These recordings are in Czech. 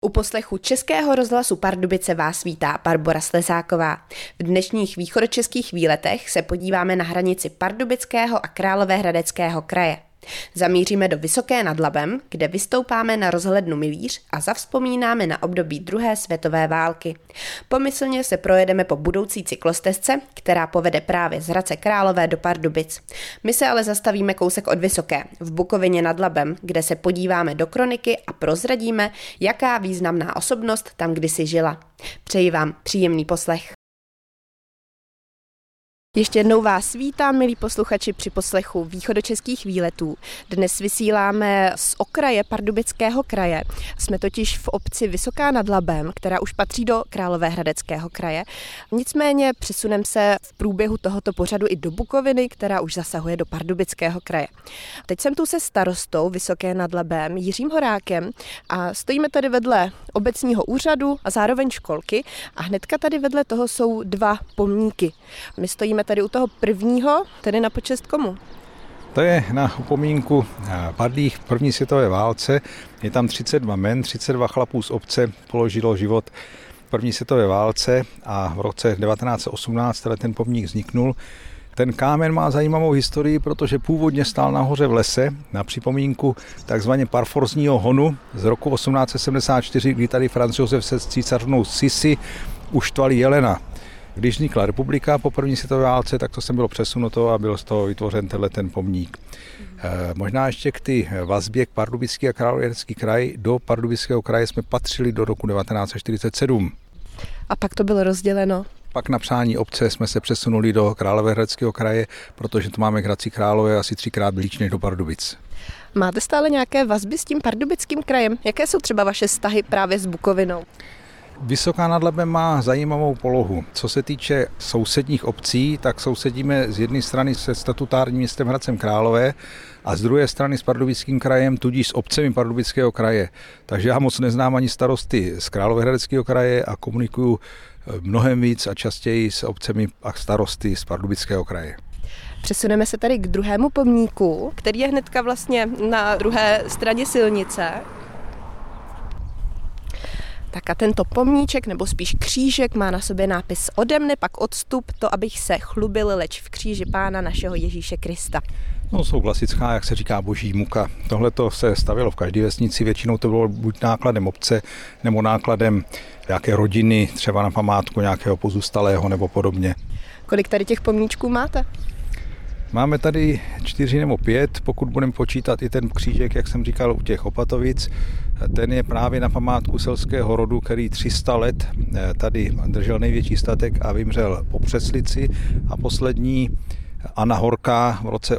U poslechu Českého rozhlasu Pardubice vás vítá Barbora Slezáková. V dnešních východočeských výletech se podíváme na hranici Pardubického a Královéhradeckého kraje. Zamíříme do Vysoké nad Labem, kde vystoupáme na rozhlednu Milíř a zavzpomínáme na období druhé světové války. Pomyslně se projedeme po budoucí cyklostezce, která povede právě z Hradce Králové do Pardubic. My se ale zastavíme kousek od Vysoké, v Bukovině nad Labem, kde se podíváme do kroniky a prozradíme, jaká významná osobnost tam kdysi žila. Přeji vám příjemný poslech. Ještě jednou vás vítám, milí posluchači, při poslechu východočeských výletů. Dnes vysíláme z okraje Pardubického kraje. Jsme totiž v obci Vysoká nad Labem, která už patří do Královéhradeckého kraje. Nicméně přesuneme se v průběhu tohoto pořadu i do Bukoviny, která už zasahuje do Pardubického kraje. Teď jsem tu se starostou Vysoké nad Labem, Jiřím Horákem, a stojíme tady vedle obecního úřadu a zároveň školky a hnedka tady vedle toho jsou dva pomníky. My stojíme tady u toho prvního, tedy na počest komu? To je na upomínku padlých v první světové válce. Je tam 32 men, 32 chlapů z obce položilo život v první světové válce a v roce 1918 ten pomník vzniknul. Ten kámen má zajímavou historii, protože původně stál nahoře v lese na připomínku takzvaně parforzního honu z roku 1874, kdy tady Franz Josef se císařovnou Sissi uštvali jelena. Když vznikla republika po první světové válce, tak to sem bylo přesunuto a byl z toho vytvořen ten pomník. Možná ještě k ty vazbě k Pardubický a Královéhradecký kraj. Do Pardubického kraje jsme patřili do roku 1947. A pak to bylo rozděleno? Pak na přání obce jsme se přesunuli do Královéhradeckého kraje, protože tu máme k Hradci Králové asi 3krát blíž než do Pardubic. Máte stále nějaké vazby s tím Pardubickým krajem? Jaké jsou třeba vaše vztahy právě s Bukovinou? Vysoká nad Labem má zajímavou polohu. Co se týče sousedních obcí, tak sousedíme z jedné strany se statutárním městem Hradcem Králové a z druhé strany s Pardubickým krajem, tudíž s obcemi Pardubického kraje. Takže já moc neznám ani starosty z Královéhradeckého kraje a komunikuju mnohem víc a častěji s obcemi a starosty z Pardubického kraje. Přesuneme se tady k druhému pomníku, který je hnedka vlastně na druhé straně silnice. Tak a tento pomníček, nebo spíš křížek, má na sobě nápis ode mne, pak odstup, to abych se chlubil, leč v kříži Pána našeho Ježíše Krista. No, jsou klasická, jak se říká, boží muka. Tohle to se stavilo v každé vesnici, většinou to bylo buď nákladem obce, nebo nákladem nějaké rodiny, třeba na památku nějakého pozůstalého nebo podobně. Kolik tady těch pomníčků máte? Máme tady 4 nebo 5, pokud budeme počítat i ten křížek, jak jsem říkal, u těch Opatovic. Ten je právě na památku selského rodu, který 300 let tady držel největší statek a vymřel po Přeslici. A poslední Anna Horká v roce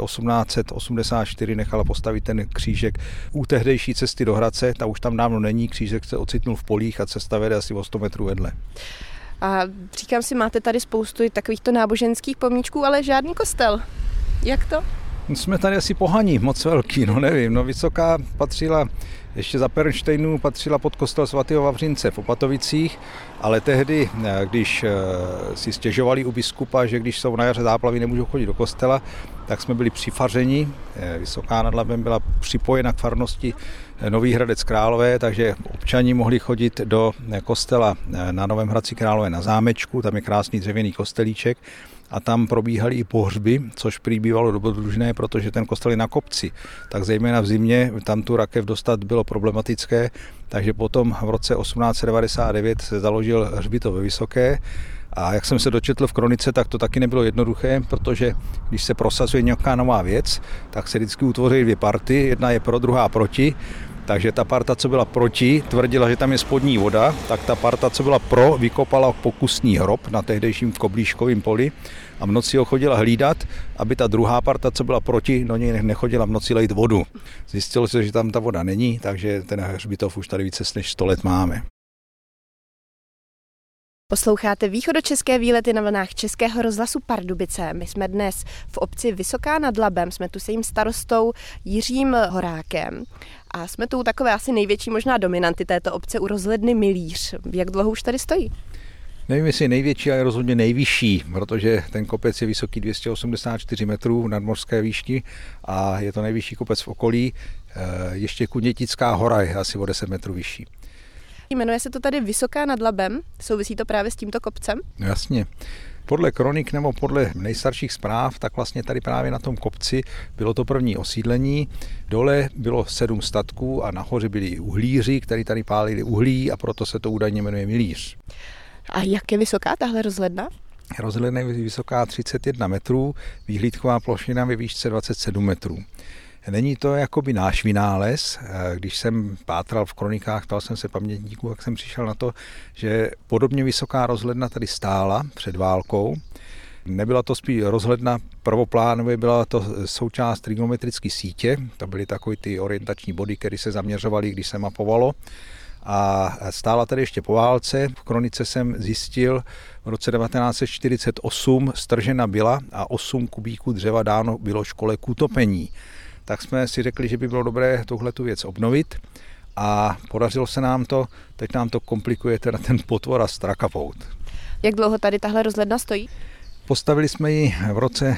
1884 nechala postavit ten křížek u tehdejší cesty do Hradce. Ta už tam dávno není, křížek se ocitnul v polích a cesta vede asi o 100 metrů vedle. A říkám si, máte tady spoustu takovýchto náboženských pomníčků, ale žádný kostel. Jak to? Jsme tady asi pohaní, moc velký, nevím. Vysoká patřila, ještě za Pernštejnů patřila pod kostel svatého Vavřince v Opatovicích, ale tehdy, když si stěžovali u biskupa, že když jsou na jaře záplavy, nemůžou chodit do kostela, tak jsme byli přifařeni. Vysoká nad Labem byla připojena k farnosti Nový Hradec Králové, takže občani mohli chodit do kostela na Novém Hradci Králové na zámečku, tam je krásný dřevěný kostelíček, a tam probíhaly i pohřby, což prý bývalo dobrodružné, protože ten kostel je na kopci. Tak zejména v zimě tam tu rakev dostat bylo problematické, takže potom v roce 1899 se založil hřbitov ve Vysoké. A jak jsem se dočetl v kronice, tak to taky nebylo jednoduché, protože když se prosazuje nějaká nová věc, tak se vždycky utvoří 2 party, jedna je pro, druhá proti. Takže ta parta, co byla proti, tvrdila, že tam je spodní voda, tak ta parta, co byla pro, vykopala pokusný hrob na tehdejším Koblíškovém poli a v noci ho chodila hlídat, aby ta druhá parta, co byla proti, do něj nechodila v noci lejt vodu. Zjistilo se, že tam ta voda není, takže ten hřbitov už tady více než 100 let máme. Posloucháte východočeské výlety na vlnách Českého rozhlasu Pardubice. My jsme dnes v obci Vysoká nad Labem, jsme tu s jejím starostou Jiřím Horákem a jsme tu takové asi největší možná dominanty této obce u rozhledny Milíř. Jak dlouho už tady stojí? Nevím, jestli je největší, ale rozhodně nejvyšší, protože ten kopec je vysoký 284 metrů nadmořské výšky a je to nejvyšší kopec v okolí. Ještě Kunětická hora je asi o 10 metrů vyšší. Jmenuje se to tady Vysoká nad Labem, souvisí to právě s tímto kopcem? No jasně. Podle kronik nebo podle nejstarších zpráv, tak vlastně tady právě na tom kopci bylo to první osídlení. Dole bylo 7 statků a nahoře byli uhlíři, kteří tady pálili uhlí a proto se to údajně jmenuje Milíř. A jak je vysoká tahle rozhledna? Rozhledna je vysoká 31 metrů, výhlídková plošina ve výšce 27 metrů. Není to jakoby náš vynález. Když jsem pátral v kronikách, ptal jsem se pamětníků, jak jsem přišel na to, že podobně vysoká rozhledna tady stála před válkou. Nebyla to spíš rozhledna prvoplánově, byla to součást trigonometrické sítě. To byly takové ty orientační body, které se zaměřovaly, když se mapovalo. A stála tady ještě po válce. V kronice jsem zjistil, v roce 1948 stržena byla a 8 kubíků dřeva dáno bylo škole k utopení. Tak jsme si řekli, že by bylo dobré tuhletu věc obnovit a podařilo se nám to. Teď nám to komplikuje teda ten potvor a strakapout. Jak dlouho tady tahle rozhledna stojí? Postavili jsme ji v roce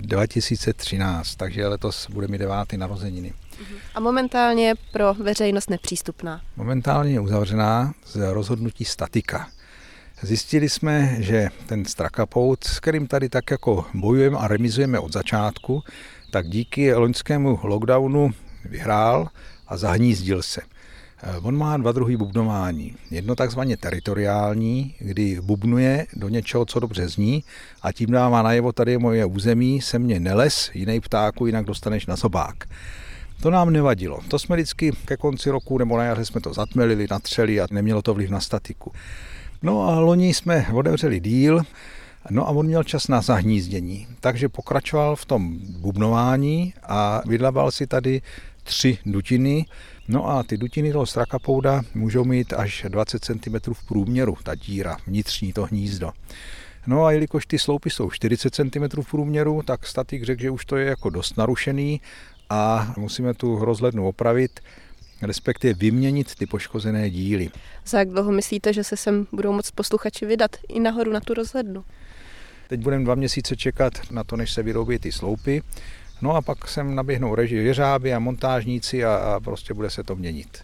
2013, takže letos bude mi 9. narozeniny. A momentálně je pro veřejnost nepřístupná? Momentálně je uzavřená z rozhodnutí statika. Zjistili jsme, že ten strakapout, s kterým tady tak jako bojujeme a remizujeme od začátku, tak díky loňskému lockdownu vyhrál a zahnízdil se. On má 2 druhy bubnování. Jedno takzvaně teritoriální, kdy bubnuje do něčeho, co dobře zní a tím dává najevo, tady je moje území, se mě nelez, jiný ptáku, jinak dostaneš na zobák. To nám nevadilo. To jsme vždycky ke konci roku nebo na jaře jsme to zatmelili, natřeli a nemělo to vliv na statiku. No a loni jsme otevřeli díl, no a on měl čas na zahnízdění, takže pokračoval v tom bubnování a vydlaval si tady 3 dutiny. No a ty dutiny toho strakapouda můžou mít až 20 cm v průměru, ta díra, vnitřní to hnízdo. No a jelikož ty sloupy jsou 40 cm v průměru, tak statik řekl, že už to je jako dost narušený a musíme tu rozhlednu opravit, respektive vyměnit ty poškozené díly. Za jak dlouho myslíte, že se sem budou moct posluchači vydat i nahoru na tu rozhlednu? Teď budeme 2 měsíce čekat na to, než se vyrobí ty sloupy. No a pak sem naběhnou jeřáby a montážníci a prostě bude se to měnit.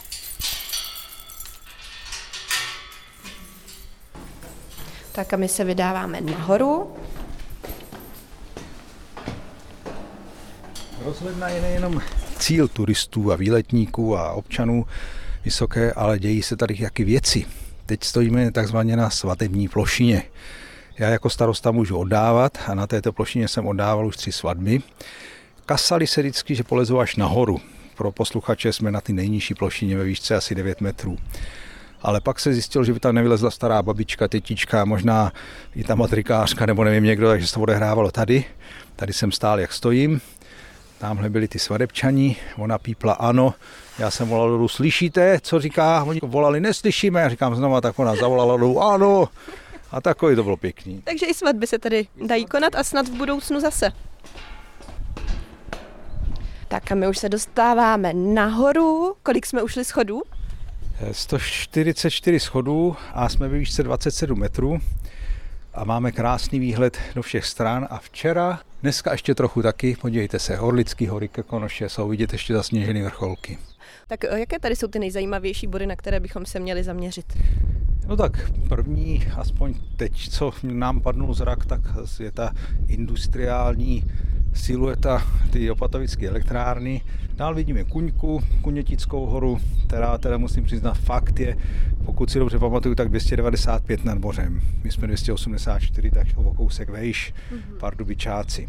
Tak a my se vydáváme nahoru. Rozhledna je nejenom cíl turistů a výletníků a občanů Vysoké, ale dějí se tady jaké věci. Teď stojíme takzvaně na svatební plošině. Já jako starosta můžu oddávat a na této plošině jsem oddával už 3 svatby. Kasali se vždycky, že polezou až nahoru. Pro posluchače jsme na ty nejnižší plošině ve výšce asi 9 metrů. Ale pak se zjistilo, že by tam nevylezla stará babička, tetička, možná i ta matrikářka nebo nevím někdo, takže se to odehrávalo tady. Tady jsem stál, jak stojím. Tamhle byli ty svadebčani, ona pípla ano, já jsem volal dolů, slyšíte, co říká? Oni volali, neslyšíme, já říkám znova, tak ona zavolala dolů, ano. A takový to bylo pěkný. Takže i svatby se tady dají konat a snad v budoucnu zase. Tak a my už se dostáváme nahoru. Kolik jsme ušli schodů? 144 schodů a jsme ve výšce 27 metrů a máme krásný výhled do všech stran a dneska ještě trochu taky, podívejte se, Orlický hory, Krkonoše, jsou vidět ještě zasněžené vrcholky. Tak jaké tady jsou ty nejzajímavější body, na které bychom se měli zaměřit? No tak první, aspoň teď, co nám padnul zrak, tak je ta industriální silueta ty opatovické elektrárny. Dál vidíme Kuňku, Kunětickou horu, která musím přiznat fakt je, pokud si dobře pamatuju, tak 295 nad mořem. My jsme 284, tak o kousek vejš, Pardubičáci.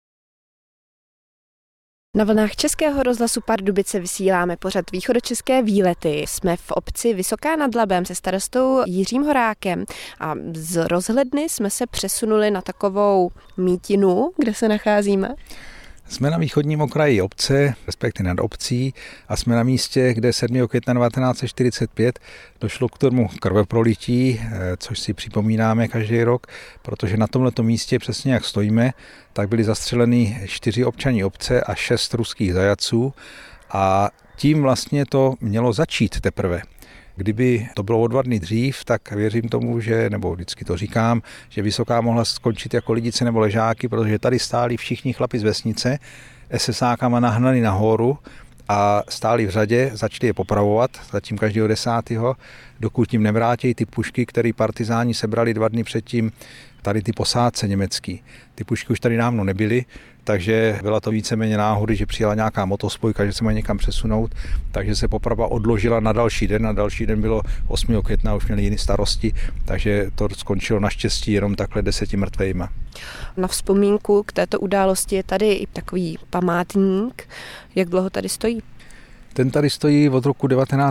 Na vlnách Českého rozhlasu Pardubice vysíláme pořad Východočeské výlety. Jsme v obci Vysoká nad Labem se starostou Jiřím Horákem a z rozhledny jsme se přesunuli na takovou mítinu, kde se nacházíme. Jsme na východním okraji obce, respektive nad obcí a jsme na místě, kde 7. května 1945 došlo k tomu krveprolití, což si připomínáme každý rok, protože na tomto místě, přesně jak stojíme, tak byli zastřeleni 4 občané obce a 6 ruských zajatců a tím vlastně to mělo začít teprve. Kdyby to bylo o 2 dny dřív, tak věřím tomu, že, nebo vždycky to říkám, že Vysoká mohla skončit jako Lidice nebo Ležáky, protože tady stáli všichni chlapi z vesnice, SSákama nahnaný nahoru a stáli v řadě, začali je popravovat, zatím každého 10., dokud jim nevrátí ty pušky, které partizáni sebrali 2 dny předtím tady ty posádce německý. Ty pušky už tady dávno nebyly, takže byla to víceméně náhody, že přijela nějaká motospojka, že se mají někam přesunout, takže se poprava odložila na další den. Na další den bylo 8. května, už měli jiné starosti, takže to skončilo naštěstí jenom takhle 10 mrtvejma. Na vzpomínku k této události je tady i takový památník. Jak dlouho tady stojí? Ten tady stojí od roku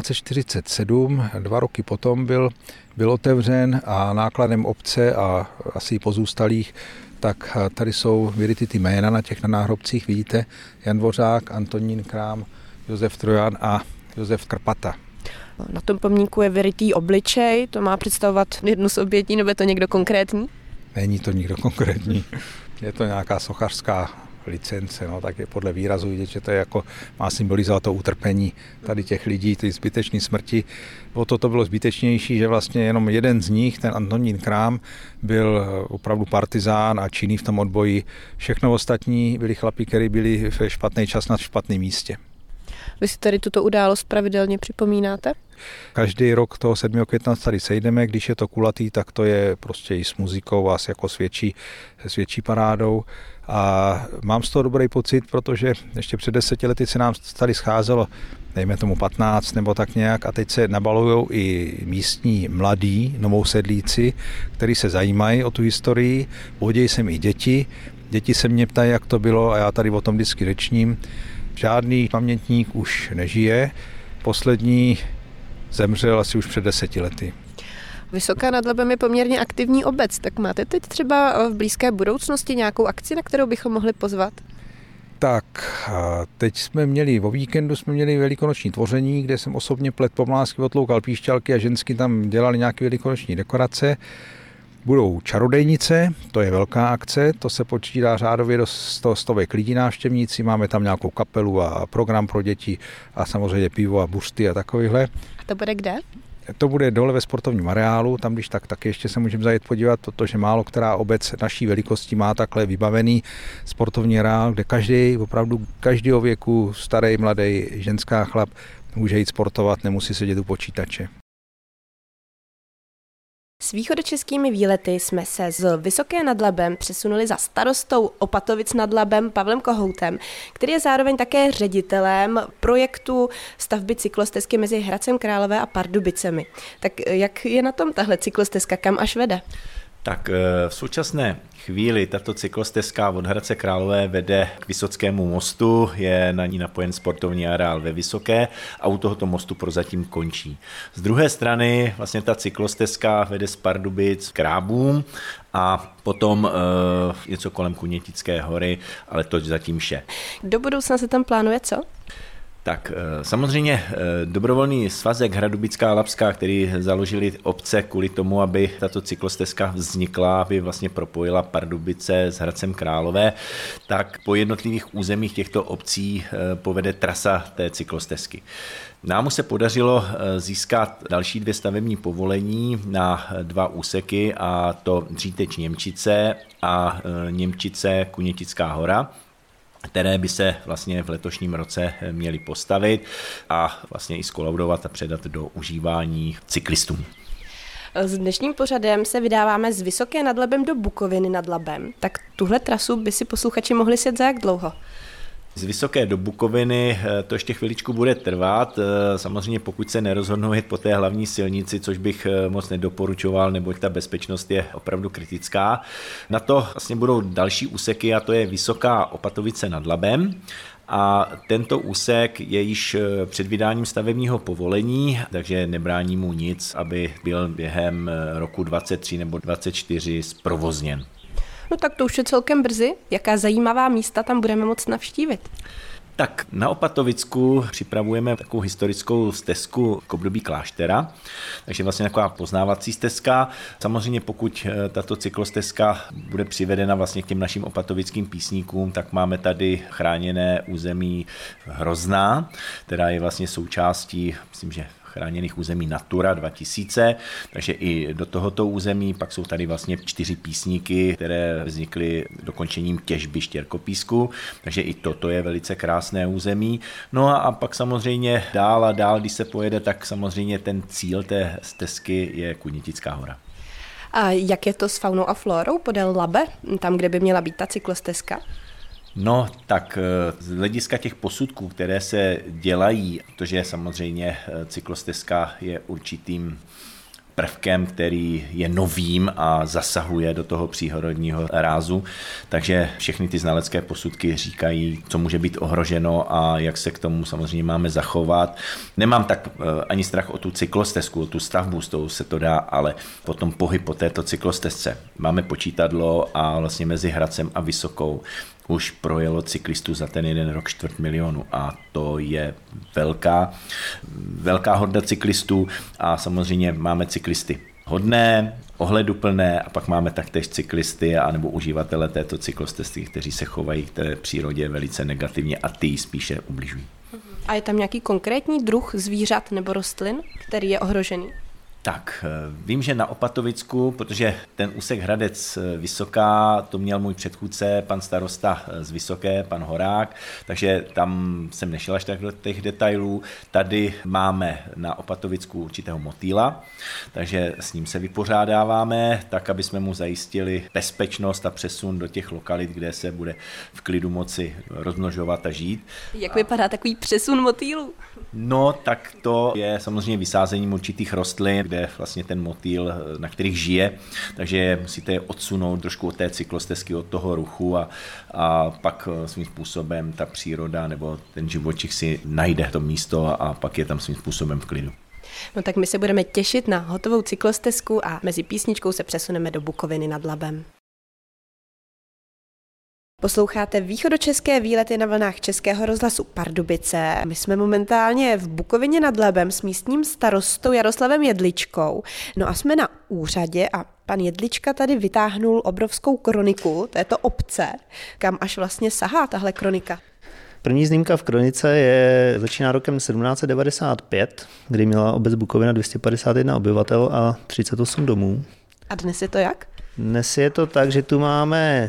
1947, 2 roky potom byl otevřen a nákladem obce a asi pozůstalých, tak tady jsou vyryty ty jména na těch náhrobcích, vidíte, Jan Dvořák, Antonín Krám, Josef Trojan a Josef Krpata. Na tom pomníku je vyrytý obličej, to má představovat jednu z obětí, nebo je to někdo konkrétní? Není to nikdo konkrétní, je to nějaká sochařská licence, no, tak je podle výrazu vidět, že to je jako, má symbolizovat to utrpení tady těch lidí, ty zbytečné smrti. O to bylo zbytečnější, že vlastně jenom jeden z nich, ten Antonín Krám, byl opravdu partizán a činný v tom odboji. Všechno ostatní byli chlapi, kteří byli v špatný čas na špatném místě. Vy si tady tuto událost pravidelně připomínáte? Každý rok toho 7. května tady sejdeme, když je to kulatý, tak to je prostě i s muzikou a jako svědčí parádou. A mám z toho dobrý pocit, protože ještě před 10 lety se nám tady scházelo, dejme tomu 15 nebo tak nějak, a teď se nabalujou i místní mladí novosedlíci, kteří se zajímají o tu historii, vodějí sem i děti. Děti se mě ptají, jak to bylo, a já tady o tom vždycky řečním. Žádný pamětník už nežije, poslední zemřel asi už před 10 lety. Vysoká nad Labem je poměrně aktivní obec, tak máte teď třeba v blízké budoucnosti nějakou akci, na kterou bychom mohli pozvat? Tak, teď jsme měli, o víkendu jsme měli velikonoční tvoření, kde jsem osobně plet pomlásky, otloukal píšťalky a žensky tam dělali nějaké velikonoční dekorace. Budou čarodejnice, to je velká akce, to se počítá řádově do 100 lidí návštěvníci, máme tam nějakou kapelu a program pro děti a samozřejmě pivo a buřty a takovýhle. A to bude kde? To bude dole ve sportovním areálu, tam když tak ještě se můžeme zajet podívat, protože málo která obec naší velikosti má takhle vybavený sportovní areál, kde opravdu každého věku, starý, mladý, ženská, chlap, může jít sportovat, nemusí sedět u počítače. S východočeskými výlety jsme se z Vysoké nad Labem přesunuli za starostou Opatovic nad Labem Pavlem Kohoutem, který je zároveň také ředitelem projektu stavby cyklostezky mezi Hradcem Králové a Pardubicemi. Tak jak je na tom tahle cyklostezka, kam až vede? Tak v současné chvíli tato cyklostezka od Hradce Králové vede k Vysockému mostu, je na ní napojen sportovní areál ve Vysoké a u tohoto mostu prozatím končí. Z druhé strany vlastně ta cyklostezka vede z Pardubic k Rábům a potom něco kolem Kunětické hory, ale to zatím vše. Do budoucna se tam plánuje co? Tak samozřejmě dobrovolný svazek Hradubická a Labská, který založili obce kvůli tomu, aby tato cyklostezka vznikla, aby vlastně propojila Pardubice s Hradcem Králové, tak po jednotlivých územích těchto obcí povede trasa té cyklostezky. Nám se podařilo získat další 2 stavební povolení na 2 úseky, a to Dříteč Němčice a Němčice Kunětická hora, které by se vlastně v letošním roce měly postavit a vlastně i skolaudovat a předat do užívání cyklistům. S dnešním pořadem se vydáváme z Vysoké nad Labem do Bukoviny nad Labem. Tak tuhle trasu by si posluchači mohli sjet za jak dlouho? Z Vysoké do Bukoviny to ještě chviličku bude trvat, samozřejmě pokud se nerozhodnou jet po té hlavní silnici, což bych moc nedoporučoval, neboť ta bezpečnost je opravdu kritická. Na to vlastně budou další úseky, a to je Vysoká Opatovice nad Labem. A tento úsek je již před vydáním stavebního povolení, takže nebrání mu nic, aby byl během roku 23 nebo 24 zprovozněn. No tak to už je celkem brzy. Jaká zajímavá místa tam budeme moct navštívit? Tak na Opatovicku připravujeme takovou historickou stezku k období kláštera, takže vlastně taková poznávací stezka. Samozřejmě pokud tato cyklostezka bude přivedena vlastně k těm našim opatovickým písníkům, tak máme tady chráněné území Hrozná, která je vlastně součástí, myslím, že chráněných území Natura 2000, takže i do tohoto území. Pak jsou tady vlastně 4 písníky, které vznikly dokončením těžby štěrkopísku, takže i toto je velice krásné území. No a pak samozřejmě dál a dál, když se pojede, tak samozřejmě ten cíl té stezky je Kunětická hora. A jak je to s faunou a flórou podél Labe, tam, kde by měla být ta cyklostezka? No, tak z hlediska těch posudků, které se dělají, protože samozřejmě cyklostezka je určitým prvkem, který je novým a zasahuje do toho přírodního rázu, takže všechny ty znalecké posudky říkají, co může být ohroženo a jak se k tomu samozřejmě máme zachovat. Nemám tak ani strach o tu cyklostezku, o tu stavbu, s tou se to dá, ale potom pohyb po této cyklostezce. Máme počítadlo a vlastně mezi Hradcem a Vysokou už projelo cyklistů za ten jeden rok 250 000 a to je velká horda cyklistů a samozřejmě máme cyklisty hodné, ohleduplné a pak máme taktéž cyklisty anebo uživatele této cyklostezky, kteří se chovají k té přírodě velice negativně a ty spíše ubližují. A je tam nějaký konkrétní druh zvířat nebo rostlin, který je ohrožený? Tak, vím, že na Opatovicku, protože ten úsek Hradec Vysoká, to měl můj předchůdce, pan starosta z Vysoké, pan Horák, takže tam jsem nešel až tak do těch detailů. Tady máme na Opatovicku určitého motýla, takže s ním se vypořádáváme, tak, aby jsme mu zajistili bezpečnost a přesun do těch lokalit, kde se bude v klidu moci rozmnožovat a žít. Jak vypadá takový přesun motýlů? No, tak to je samozřejmě vysázením určitých rostlin, kde vlastně ten motýl, na kterých žije, takže musíte je odsunout trošku od té cyklostezky, od toho ruchu a pak svým způsobem ta příroda nebo ten živočich si najde to místo a pak je tam svým způsobem v klidu. No tak my se budeme těšit na hotovou cyklostezku a mezi písničkou se přesuneme do Bukoviny nad Labem. Posloucháte východočeské výlety na vlnách Českého rozhlasu Pardubice. My jsme momentálně v Bukovině nad Labem s místním starostou Jaroslavem Jedličkou. No a jsme na úřadě a pan Jedlička tady vytáhnul obrovskou kroniku této obce. Kam až vlastně sahá tahle kronika? První zmínka v kronice začíná rokem 1795, kdy měla obec Bukovina 251 obyvatel a 38 domů. A dnes je to jak? Dnes je to tak, že tu máme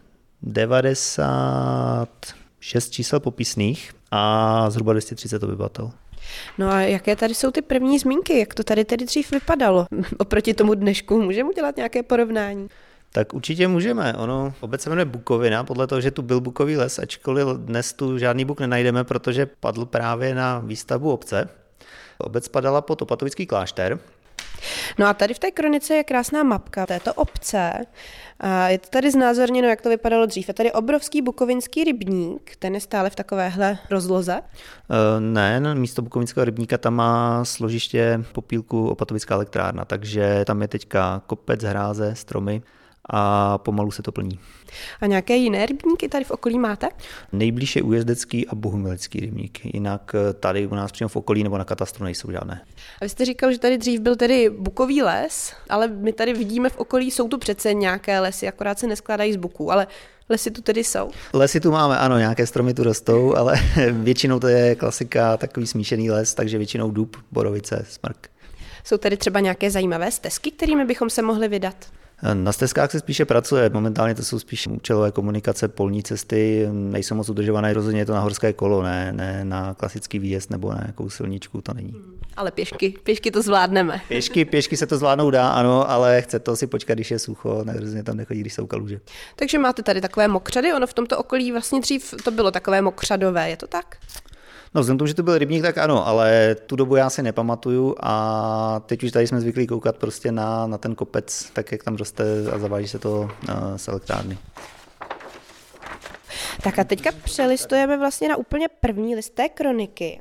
96 čísel popisných a zhruba 230 obyvatel. No a jaké tady jsou ty první zmínky? Jak to tady tedy dřív vypadalo? Oproti tomu dnešku můžeme udělat nějaké porovnání? Tak určitě můžeme. Obec se jmenuje Bukovina, podle toho, že tu byl bukový les, ačkoliv dnes tu žádný buk nenajdeme, protože padl právě na výstavbu obce. Obec spadala pod Opatovický klášter. No a tady v té kronice je krásná mapka této obce. A je to tady znázorněno, jak to vypadalo dřív. Je tady obrovský bukovinský rybník, ten je stále v takovéhle rozloze? Ne, místo bukovinského rybníka tam má složiště popílku Opatovická elektrárna, takže tam je teďka kopec, hráze, stromy a pomalu se to plní. A nějaké jiné rybníky tady v okolí máte? Nejblíž je Újezdecký a Bohumilecký rybník, jinak tady u nás přímo v okolí nebo na katastru nejsou žádné. A vy jste říkal, že tady dřív byl tedy bukový les, ale my tady vidíme v okolí, jsou tu přece nějaké lesy, akorát se neskládají z buků, ale lesy tu tedy jsou? Lesy tu máme, ano, nějaké stromy tu rostou, ale většinou to je klasika, takový smíšený les, takže většinou dub, borovice, smrk. Jsou tady třeba nějaké zajímavé stezky, kterými bychom se mohli vydat? Na stezkách se spíše pracuje, momentálně to jsou spíš účelové komunikace, polní cesty, nejsou moc udržované, rozhodně je to na horské kolo, ne na klasický výjezd nebo na nějakou silničku, to není. Ale pěšky to zvládneme. Pěšky se to zvládnout dá, ano, ale chce to si počkat, když je sucho, nerozhodně tam nechodí, když jsou kaluže. Takže máte tady takové mokřady, ono v tomto okolí vlastně dřív to bylo takové mokřadové, je to tak? No vzhledem k tomu, že to byl rybník, tak ano, ale tu dobu já si nepamatuju a teď už tady jsme zvyklí koukat prostě na ten kopec, tak jak tam roste a zaváží se to z elektrárny. Tak a teďka přelistujeme vlastně na úplně první list té kroniky.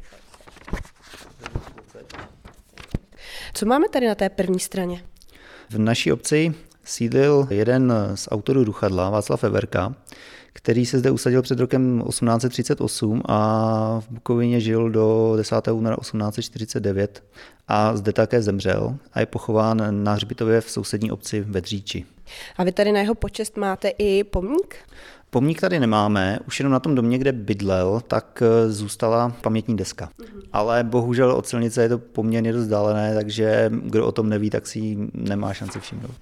Co máme tady na té první straně? V naší obci sídlil jeden z autorů ruchadla, Václav Everka, který se zde usadil před rokem 1838 a v Bukovině žil do 10. února 1849 a zde také zemřel a je pochován na hřbitově v sousední obci Vedříči. A vy tady na jeho počest máte i pomník? Pomník tady nemáme, už jenom na tom domě, kde bydlel, tak zůstala pamětní deska. Ale bohužel od silnice je to poměrně dost vzdálené, takže kdo o tom neví, tak si ji nemá šanci všimnout.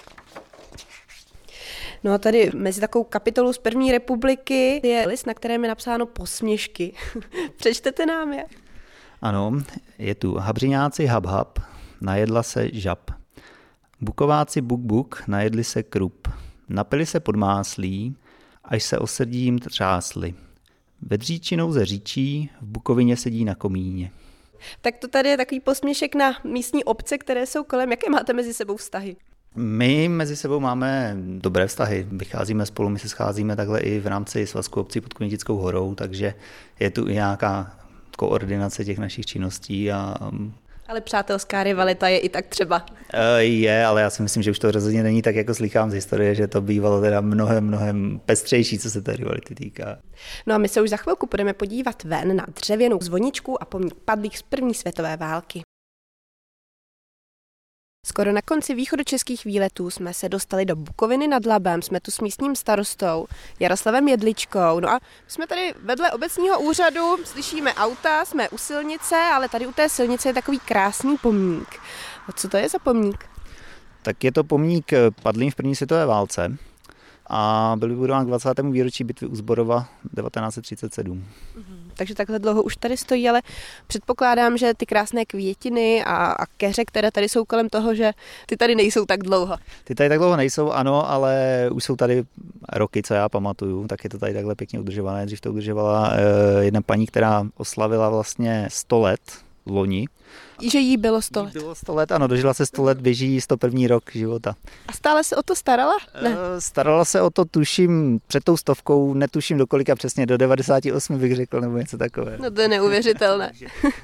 No a tady mezi takovou kapitolou z první republiky je list, na kterém je napsáno posměšky. Přečtete nám je? Ano, je tu Habřiňáci hab hab, najedla se žab. Bukováci buk buk, najedli se krup. Napili se podmáslí, až se osrdím třásli. Vedříčinou ze říčí, v Bukovině sedí na komíně. Tak to tady je takový posměšek na místní obce, které jsou kolem. Jaké máte mezi sebou vztahy? My mezi sebou máme dobré vztahy, vycházíme spolu, my se scházíme takhle i v rámci svazku obcí pod Konítickou horou, takže je tu i nějaká koordinace těch našich činností. Ale přátelská rivalita je i tak třeba. Je, ale já si myslím, že už to rozhodně není tak, jako slýchám z historie, že to bývalo teda mnohem pestřejší, co se té rivality týká. No a my se už za chvilku budeme podívat ven na dřevěnou zvoničku a pomník padlých z první světové války. Skoro na konci východočeských výletů jsme se dostali do Bukoviny nad Labem, jsme tu s místním starostou Jaroslavem Jedličkou. No a jsme tady vedle obecního úřadu, slyšíme auta, jsme u silnice, ale tady u té silnice je takový krásný pomník. A co to je za pomník? Tak je to pomník padlým v první světové válce a byl vybudován k 20. výročí bitvy u Zborova 1937. Takže takhle dlouho už tady stojí, ale předpokládám, že ty krásné květiny a keře, které tady jsou kolem toho, že ty tady nejsou tak dlouho. Ty tady tak dlouho nejsou, ano, ale už jsou tady roky, co já pamatuju, tak je to tady takhle pěkně udržované. Dřív to udržovala jedna paní, která oslavila vlastně 100 let loni. Že jí bylo 100 let. Bylo 100 let, ano, dožila se 100 let, běží 101. rok života. A stále se o to starala? Ne. Starala se o to, tuším, před tou 100, netuším do kolika přesně, do 98 bych řekl, nebo něco takového. No to je neuvěřitelné.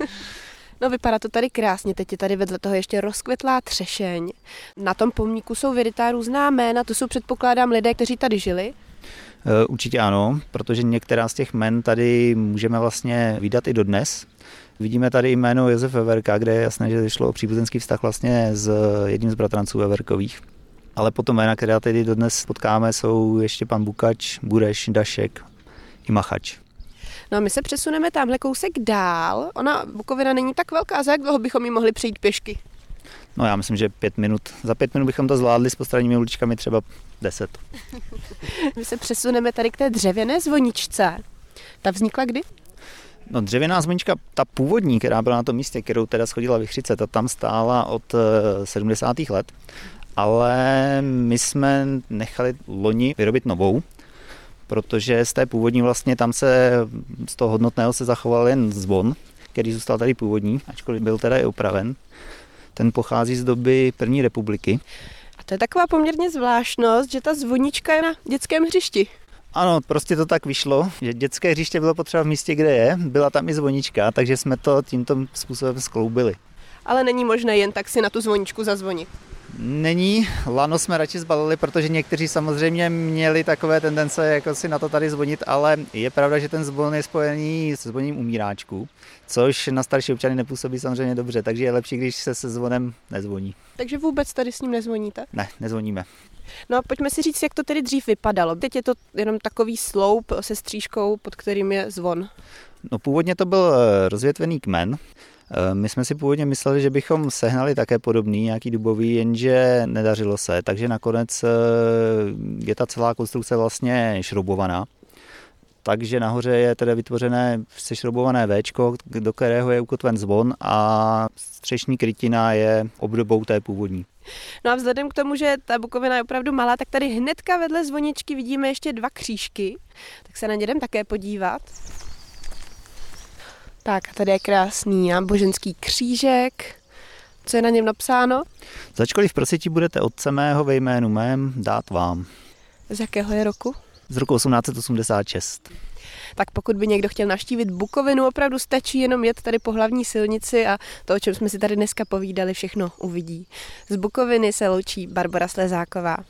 No vypadá to tady krásně, teď je tady vedle toho ještě rozkvetlá třešeň. Na tom pomníku jsou vyrytá různá jména, to jsou předpokládám lidé, kteří tady žili. Určitě ano, protože některá z těch jmen tady můžeme vlastně vidět i dodnes. Vidíme tady jméno Josef Everka, kde je jasné, že šlo o příbuzenský vztah vlastně s jedním z bratranců Everkových. Ale potom jména, která tady dodnes potkáme, jsou ještě pan Bukač, Bureš, Dašek i Machač. No a my se přesuneme tamhle kousek dál. Ona Bukovina není tak velká, za jak dlouho bychom ji mohli přejít pěšky? No já myslím, že 5 minut. Za 5 minut bychom to zvládli s postranními uličkami třeba 10. My se přesuneme tady k té dřevěné zvoničce. Ta vznikla kdy? No dřevěná zvonička, ta původní, která byla na tom místě, kterou teda schodila Vichřice, ta tam stála od 70. let, ale my jsme nechali loni vyrobit novou, protože z té původní vlastně tam se z toho hodnotného se zachoval jen zvon, který zůstal tady původní, ačkoliv byl teda i opraven. Ten pochází z doby první republiky. A to je taková poměrně zvláštnost, že ta zvonička je na dětském hřišti. Ano, prostě to tak vyšlo, že dětské hřiště bylo potřeba v místě, kde je, byla tam i zvonička, takže jsme to tímto způsobem skloubili. Ale není možné jen tak si na tu zvoničku zazvonit. Není, lano jsme radši zbalili, protože někteří samozřejmě měli takové tendence, jako si na to tady zvonit, ale je pravda, že ten zvon je spojený s zvoním umíráčků, což na starší občany nepůsobí samozřejmě dobře, takže je lepší, když se zvonem nezvoní. Takže vůbec tady s ním nezvoníte? Ne, nezvoníme. No a pojďme si říct, jak to tedy dřív vypadalo. Teď je to jenom takový sloup se střížkou, pod kterým je zvon. No původně to byl rozvětvený kmen. My jsme si původně mysleli, že bychom sehnali také podobný, nějaký dubový, jenže nedařilo se, takže nakonec je ta celá konstrukce vlastně šroubovaná. Takže nahoře je tedy vytvořené sešroubované véčko, do kterého je ukotven zvon a střešní krytina je obdobou té původní. No a vzhledem k tomu, že ta Bukovina je opravdu malá, tak tady hnedka vedle zvoničky vidíme ještě 2 křížky, tak se na ně jdem také podívat. Tak, tady je krásný náboženský křížek. Co je na něm napsáno? Začkoliv prositi budete Otce mého ve jménu mém dát vám. Z jakého je roku? z roku 1886. Tak pokud by někdo chtěl navštívit Bukovinu, opravdu stačí jenom jet tady po hlavní silnici a to, o čem jsme si tady dneska povídali, všechno uvidí. Z Bukoviny se loučí Barbora Slezáková.